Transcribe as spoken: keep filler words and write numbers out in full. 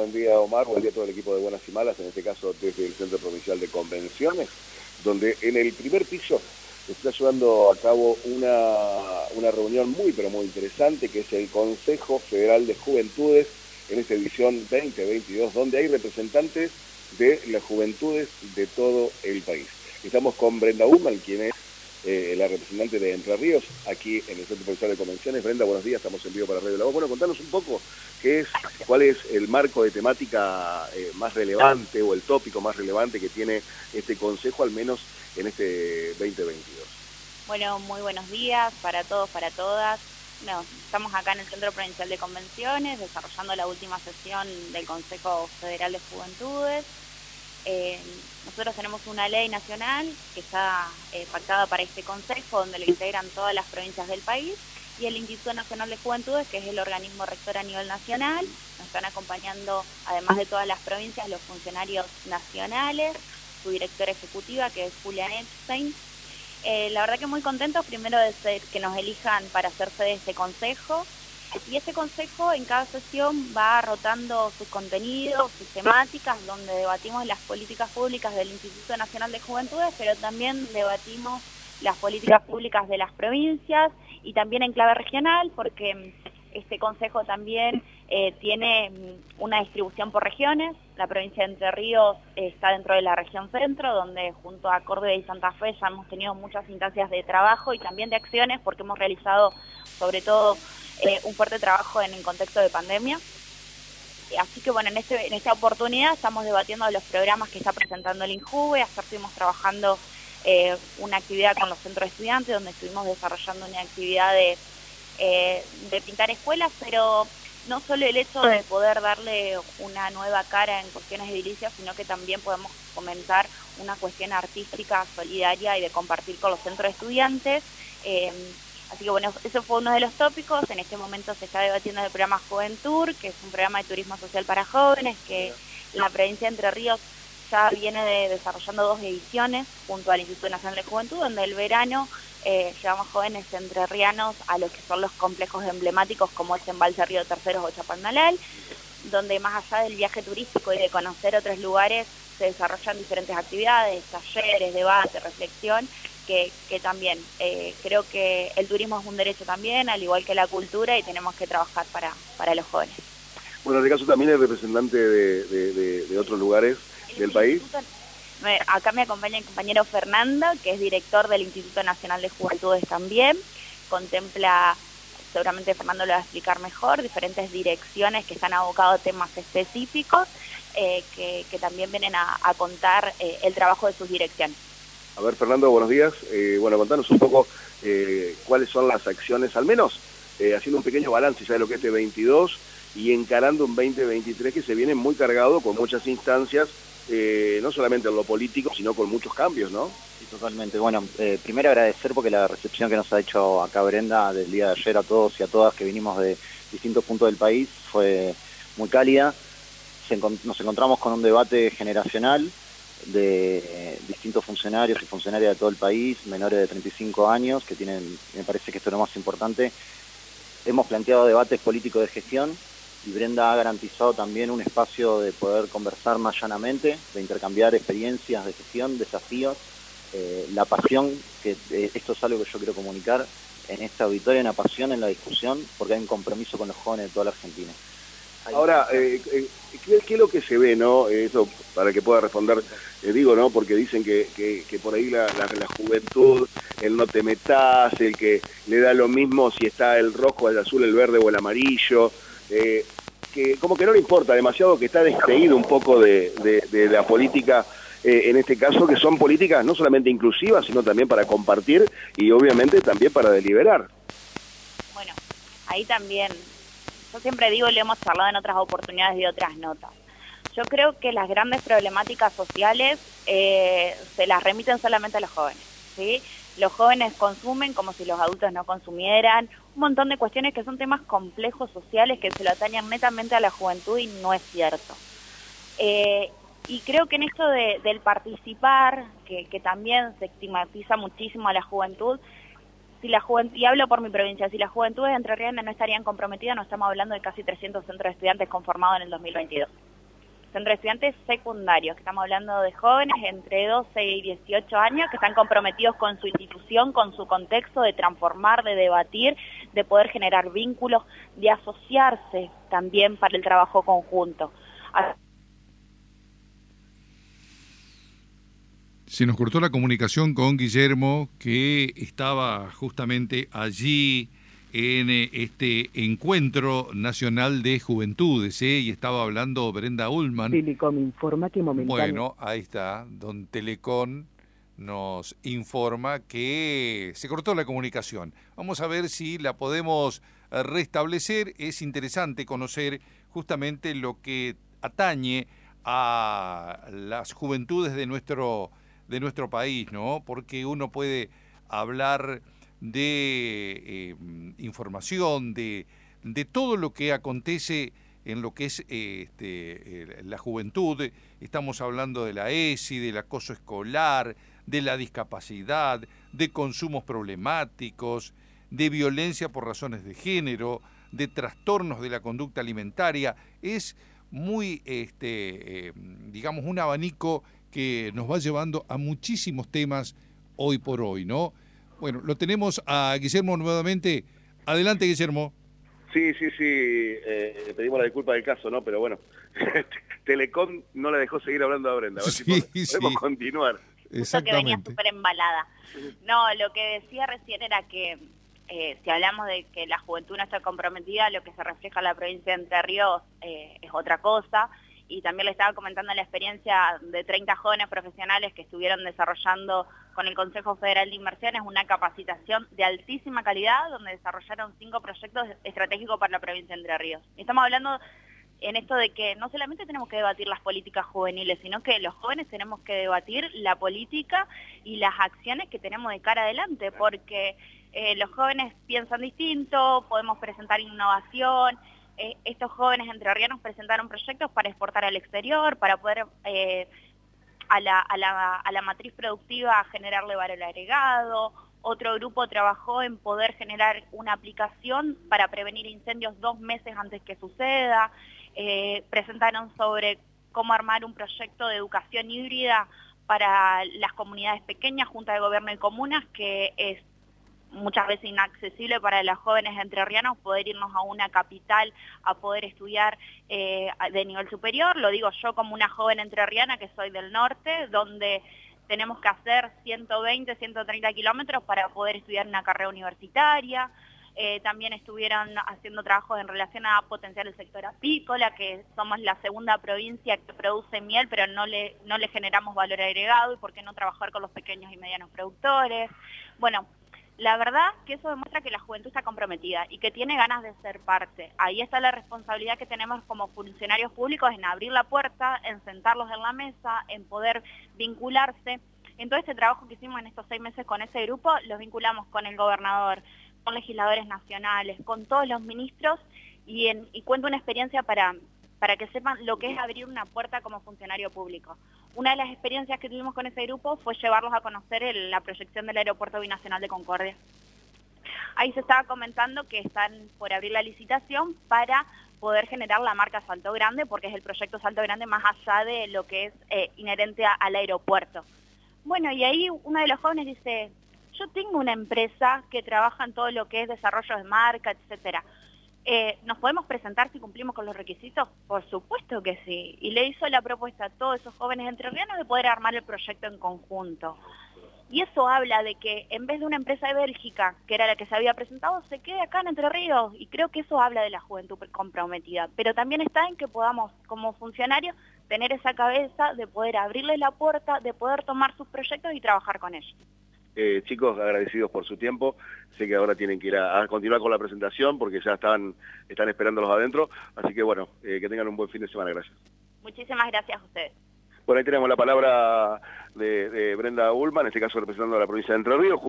buen día Omar, buen día a todo el equipo de Buenas y Malas, en este caso desde el Centro Provincial de Convenciones, donde en el primer piso se está llevando a cabo una, una reunión muy pero muy interesante, que es el Consejo Federal de Juventudes en esta edición veinte veintidós, donde hay representantes de las juventudes de todo el país. Estamos con Brenda Ullman, quien es eh, la representante de Entre Ríos, aquí en el Centro Provincial de Convenciones. Brenda, buenos días, estamos en vivo para Radio La Voz. Bueno, contanos un poco qué es, cuál es el marco de temática eh, más relevante o el tópico más relevante que tiene este consejo, al menos en este veinte veintidós. Bueno, muy buenos días para todos, para todas. No, estamos acá en el Centro Provincial de Convenciones, desarrollando la última sesión del Consejo Federal de Juventudes. Eh, nosotros tenemos una ley nacional que está eh, pactada para este consejo, donde lo integran todas las provincias del país, y el Instituto Nacional de Juventudes, que es el organismo rector a nivel nacional. Nos están acompañando, además de todas las provincias, los funcionarios nacionales, su directora ejecutiva, que es Julián Epstein. Eh, la verdad que muy contentos, primero de ser, que nos elijan para ser sede de este consejo. Y este consejo en cada sesión va rotando sus contenidos, sus temáticas, donde debatimos las políticas públicas del Instituto Nacional de Juventudes, pero también debatimos las políticas públicas de las provincias y también en clave regional, porque este consejo también eh, tiene una distribución por regiones. La provincia de Entre Ríos eh, está dentro de la región centro, donde junto a Córdoba y Santa Fe ya hemos tenido muchas instancias de trabajo y también de acciones, porque hemos realizado sobre todo Eh, un fuerte trabajo en el contexto de pandemia. Así que bueno, en, este, en esta oportunidad estamos debatiendo los programas que está presentando el INJUVE. Ayer estuvimos trabajando eh, una actividad con los centros de estudiantes, donde estuvimos desarrollando una actividad de, eh, de pintar escuelas, pero no solo el hecho de poder darle una nueva cara en cuestiones edilicias, sino que también podemos fomentar una cuestión artística, solidaria y de compartir con los centros de estudiantes. Eh, Así que bueno, eso fue uno de los tópicos. En este momento se está debatiendo el programa Juventur, que es un programa de turismo social para jóvenes, que la provincia de Entre Ríos ya viene de, desarrollando dos ediciones junto al Instituto Nacional de Juventud, donde el verano eh, llevamos jóvenes entrerrianos a los que son los complejos emblemáticos como es Embalse Río Terceros o Chapadmalal, donde más allá del viaje turístico y de conocer otros lugares, se desarrollan diferentes actividades, talleres, debate, reflexión, que, que también eh, creo que el turismo es un derecho también, al igual que la cultura, y tenemos que trabajar para, para los jóvenes. Bueno, en este caso también es representante de, de, de, de otros lugares del país. Acá me acompaña el compañero Fernando, que es director del Instituto Nacional de Juventudes también. Contempla, seguramente Fernando lo va a explicar mejor, diferentes direcciones que están abocados a temas específicos, eh, que, que también vienen a, a contar eh, el trabajo de sus direcciones. A ver, Fernando, buenos días. Eh, bueno, contanos un poco eh, cuáles son las acciones, al menos eh, haciendo un pequeño balance ya de lo que es este veintidós y encarando un veinte veintitrés que se viene muy cargado con muchas instancias, eh, no solamente en lo político, sino con muchos cambios, ¿no? Sí, totalmente. Bueno, eh, primero agradecer porque la recepción que nos ha hecho acá Brenda del día de ayer a todos y a todas que vinimos de distintos puntos del país fue muy cálida. Se encont- nos encontramos con un debate generacional de eh, distintos funcionarios y funcionarias de todo el país, menores de treinta y cinco años, que tienen, me parece que esto es lo más importante. Hemos planteado debates políticos de gestión y Brenda ha garantizado también un espacio de poder conversar más llanamente, de intercambiar experiencias de gestión, desafíos, eh, la pasión, que eh, esto es algo que yo quiero comunicar en esta auditorio, una pasión en la discusión, porque hay un compromiso con los jóvenes de toda la Argentina. Ahora, eh, eh, ¿qué, ¿qué es lo que se ve, no? Eso para que pueda responder, eh, digo, ¿no? Porque dicen que, que, que por ahí la, la, la juventud, el no te metas, el que le da lo mismo si está el rojo, el azul, el verde o el amarillo, eh, que como que no le importa demasiado, que está despedido un poco de, de, de la política, eh, en este caso, que son políticas no solamente inclusivas, sino también para compartir y obviamente también para deliberar. Bueno, ahí también... Yo siempre digo, y lo hemos charlado en otras oportunidades y otras notas. Yo creo que las grandes problemáticas sociales eh, se las remiten solamente a los jóvenes, ¿sí? Los jóvenes consumen como si los adultos no consumieran, un montón de cuestiones que son temas complejos sociales que se lo atañen netamente a la juventud y no es cierto. Eh, y creo que en esto de, del participar, que, que también se estigmatiza muchísimo a la juventud, si la juventud, y hablo por mi provincia, si las juventudes de Entre Ríos no estarían comprometidas, no estamos hablando de casi trescientos centros de estudiantes conformados en el dos mil veintidós. Centro de Estudiantes Secundarios, que estamos hablando de jóvenes entre doce y dieciocho años que están comprometidos con su institución, con su contexto, de transformar, de debatir, de poder generar vínculos, de asociarse también para el trabajo conjunto. Se nos cortó la comunicación con Guillermo, que estaba justamente allí en este encuentro nacional de juventudes, ¿eh? Y estaba hablando Brenda Ullman. Telecom informa que momentáneamente... Bueno, ahí está, don Telecom nos informa que se cortó la comunicación. Vamos a ver si la podemos restablecer. Es interesante conocer justamente lo que atañe a las juventudes de nuestro, de nuestro país, ¿no? Porque uno puede hablar de eh, información, de, de todo lo que acontece en lo que es eh, este, eh, la juventud. Estamos hablando de la E S I, del acoso escolar, de la discapacidad, de consumos problemáticos, de violencia por razones de género, de trastornos de la conducta alimentaria. Es muy, este, eh, digamos, un abanico que nos va llevando a muchísimos temas hoy por hoy, ¿no? Bueno, lo tenemos a Guillermo nuevamente. Adelante, Guillermo. Sí, sí, sí, eh, pedimos la disculpa del caso, ¿no? Pero bueno, Telecom no la dejó seguir hablando a Brenda. A ver sí, si podemos, sí. podemos continuar. Justo que venía súper embalada. No, lo que decía recién era que eh, si hablamos de que la juventud no está comprometida, lo que se refleja en la provincia de Entre Ríos eh, es otra cosa. Y también le estaba comentando la experiencia de treinta jóvenes profesionales que estuvieron desarrollando con el Consejo Federal de Inversiones una capacitación de altísima calidad donde desarrollaron cinco proyectos estratégicos para la provincia de Entre Ríos. Y estamos hablando en esto de que no solamente tenemos que debatir las políticas juveniles, sino que los jóvenes tenemos que debatir la política y las acciones que tenemos de cara adelante, porque eh, los jóvenes piensan distinto, podemos presentar innovación. Eh, estos jóvenes entrerrianos presentaron proyectos para exportar al exterior, para poder eh, a, la, a, la, a la matriz productiva generarle valor agregado. Otro grupo trabajó en poder generar una aplicación para prevenir incendios dos meses antes que suceda. Eh, presentaron sobre cómo armar un proyecto de educación híbrida para las comunidades pequeñas, Junta de Gobierno y comunas, que es muchas veces inaccesible para los jóvenes entrerrianos poder irnos a una capital a poder estudiar eh, de nivel superior. Lo digo yo como una joven entrerriana que soy del norte, donde tenemos que hacer ciento veinte, ciento treinta kilómetros para poder estudiar una carrera universitaria. Eh, también estuvieron haciendo trabajos en relación a potenciar el sector apícola, que somos la segunda provincia que produce miel, pero no le, no le generamos valor agregado, y por qué no trabajar con los pequeños y medianos productores. Bueno, la verdad que eso demuestra que la juventud está comprometida y que tiene ganas de ser parte. Ahí está la responsabilidad que tenemos como funcionarios públicos en abrir la puerta, en sentarlos en la mesa, en poder vincularse. En todo este trabajo que hicimos en estos seis meses con ese grupo, los vinculamos con el gobernador, con legisladores nacionales, con todos los ministros, y, en, y cuento una experiencia para, para que sepan lo que es abrir una puerta como funcionario público. Una de las experiencias que tuvimos con ese grupo fue llevarlos a conocer el, la proyección del Aeropuerto Binacional de Concordia. Ahí se estaba comentando que están por abrir la licitación para poder generar la marca Salto Grande, porque es el proyecto Salto Grande más allá de lo que es eh, inherente a, al aeropuerto. Bueno, y ahí uno de los jóvenes dice, yo tengo una empresa que trabaja en todo lo que es desarrollo de marca, etcétera. Eh, ¿Nos podemos presentar si cumplimos con los requisitos? Por supuesto que sí. Y le hizo la propuesta a todos esos jóvenes entrerrianos de poder armar el proyecto en conjunto. Y eso habla de que en vez de una empresa de Bélgica, que era la que se había presentado, se quede acá en Entre Ríos. Y creo que eso habla de la juventud comprometida. Pero también está en que podamos, como funcionarios, tener esa cabeza de poder abrirles la puerta, de poder tomar sus proyectos y trabajar con ellos. Eh, chicos, agradecidos por su tiempo. Sé que ahora tienen que ir a, a continuar con la presentación porque ya están, están esperándolos adentro. Así que bueno, eh, que tengan un buen fin de semana. Gracias. Muchísimas gracias a ustedes. Bueno, ahí tenemos la palabra de, de Brenda Ullman, en este caso representando a la provincia de Entre Ríos.